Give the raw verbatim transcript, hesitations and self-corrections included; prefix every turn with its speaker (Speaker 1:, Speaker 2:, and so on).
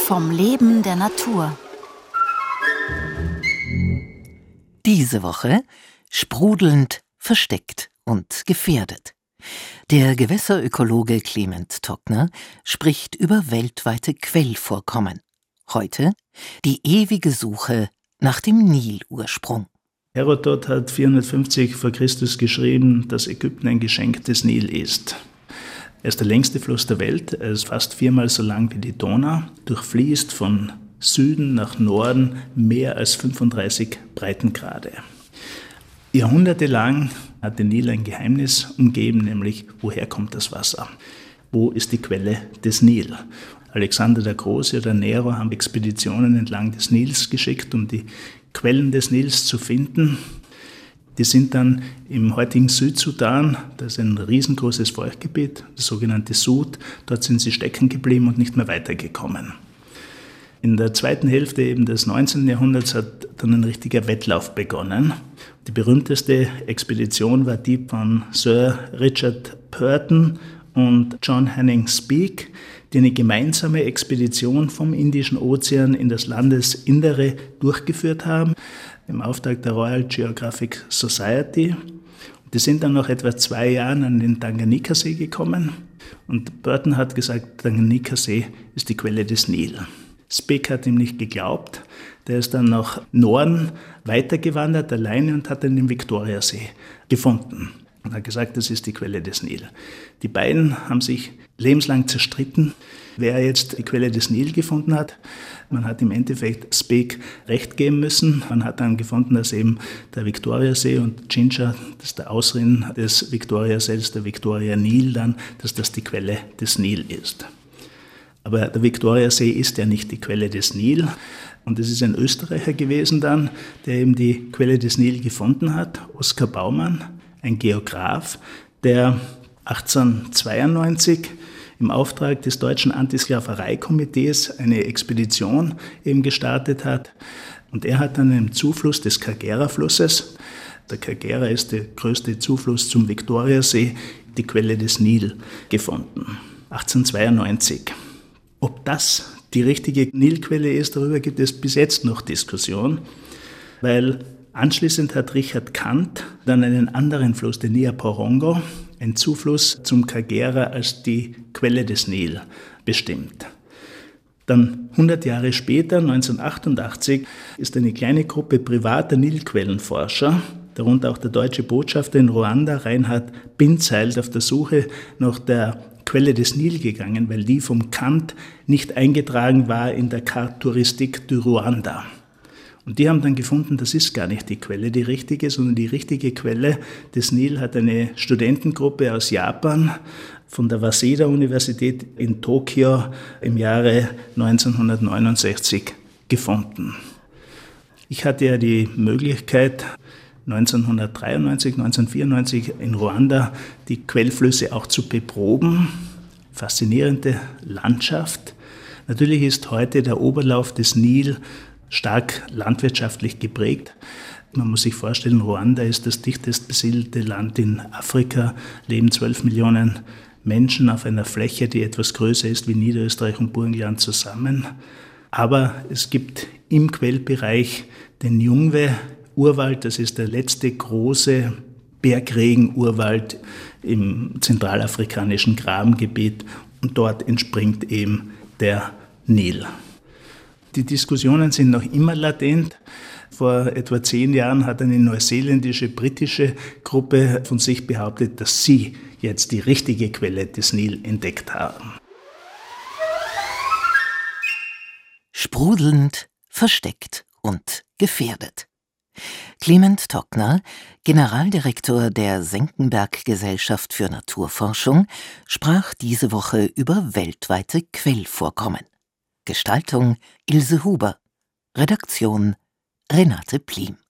Speaker 1: Vom Leben der Natur.
Speaker 2: Diese Woche sprudelnd, versteckt und gefährdet. Der Gewässerökologe Clement Tockner spricht über weltweite Quellvorkommen. Heute die ewige Suche nach dem Nilursprung.
Speaker 3: Herodot hat vierhundertfünfzig vor Christus geschrieben, dass Ägypten ein Geschenk des Nil ist. Er ist der längste Fluss der Welt, er ist fast viermal so lang wie die Donau, durchfließt von Süden nach Norden mehr als fünfunddreißig Breitengrade. Jahrhundertelang hat den Nil ein Geheimnis umgeben, nämlich woher kommt das Wasser? Wo ist die Quelle des Nil? Alexander der Große oder Nero haben Expeditionen entlang des Nils geschickt, um die Quellen des Nils zu finden. Die sind dann im heutigen Südsudan, das ist ein riesengroßes Feuchtgebiet, das sogenannte Sud, dort sind sie stecken geblieben und nicht mehr weitergekommen. In der zweiten Hälfte eben des neunzehnten Jahrhunderts hat dann ein richtiger Wettlauf begonnen. Die berühmteste Expedition war die von Sir Richard Purton und John Hanning Speke, die eine gemeinsame Expedition vom Indischen Ozean in das Landesinnere durchgeführt haben, im Auftrag der Royal Geographic Society. Die sind dann nach etwa zwei Jahren an den Tanganjika-See gekommen und Burton hat gesagt, Tanganjika-See ist die Quelle des Nil. Speke hat ihm nicht geglaubt, der ist dann nach Norden weitergewandert alleine und hat dann den Viktoriasee gefunden. Und hat gesagt, das ist die Quelle des Nil. Die beiden haben sich lebenslang zerstritten, wer jetzt die Quelle des Nil gefunden hat. Man hat im Endeffekt Speke recht geben müssen. Man hat dann gefunden, dass eben der Viktoriasee und Chincha, das ist der Ausrinn des Viktoriasees, der Victoria Nil dann, dass das die Quelle des Nil ist. Aber der Viktoriasee ist ja nicht die Quelle des Nil. Und es ist ein Österreicher gewesen dann, der eben die Quelle des Nil gefunden hat, Oskar Baumann, ein Geograph, der achtzehnhundertzweiundneunzig im Auftrag des Deutschen Antisklavereikomitees eine Expedition eben gestartet hat. Und er hat dann einen Zufluss des Kagera-Flusses, der Kagera ist der größte Zufluss zum Viktoriasee, die Quelle des Nil gefunden, achtzehnhundertzweiundneunzig. Ob das die richtige Nilquelle ist, darüber gibt es bis jetzt noch Diskussion, weil anschließend hat Richard Kant dann einen anderen Fluss, den Niaporongo, ein Zufluss zum Kagera als die Quelle des Nil bestimmt. Dann hundert Jahre später, neunzehnhundertachtundachtzig, ist eine kleine Gruppe privater Nilquellenforscher, darunter auch der deutsche Botschafter in Ruanda, Reinhard Binzeit, auf der Suche nach der Quelle des Nil gegangen, weil die vom Kant nicht eingetragen war in der Carte touristique du Ruanda. Und die haben dann gefunden, das ist gar nicht die Quelle, die richtige, sondern die richtige Quelle des Nil hat eine Studentengruppe aus Japan von der Waseda-Universität in Tokio im Jahre neunzehnhundertneunundsechzig gefunden. Ich hatte ja die Möglichkeit, neunzehnhundertdreiundneunzig, neunzehnhundertvierundneunzig in Ruanda die Quellflüsse auch zu beproben. Faszinierende Landschaft. Natürlich ist heute der Oberlauf des Nil stark landwirtschaftlich geprägt. Man muss sich vorstellen, Ruanda ist das dichtest besiedelte Land in Afrika, leben zwölf Millionen Menschen auf einer Fläche, die etwas größer ist wie Niederösterreich und Burgenland zusammen. Aber es gibt im Quellbereich den Nyungwe-Urwald, das ist der letzte große Bergregenurwald im zentralafrikanischen Grabengebiet und dort entspringt eben der Nil. Die Diskussionen sind noch immer latent. Vor etwa zehn Jahren hat eine neuseeländische, britische Gruppe von sich behauptet, dass sie jetzt die richtige Quelle des Nil entdeckt haben.
Speaker 2: Sprudelnd, versteckt und gefährdet. Clement Tockner, Generaldirektor der Senckenberg-Gesellschaft für Naturforschung, sprach diese Woche über weltweite Quellvorkommen. Gestaltung Ilse Huber, Redaktion Renate Pliem.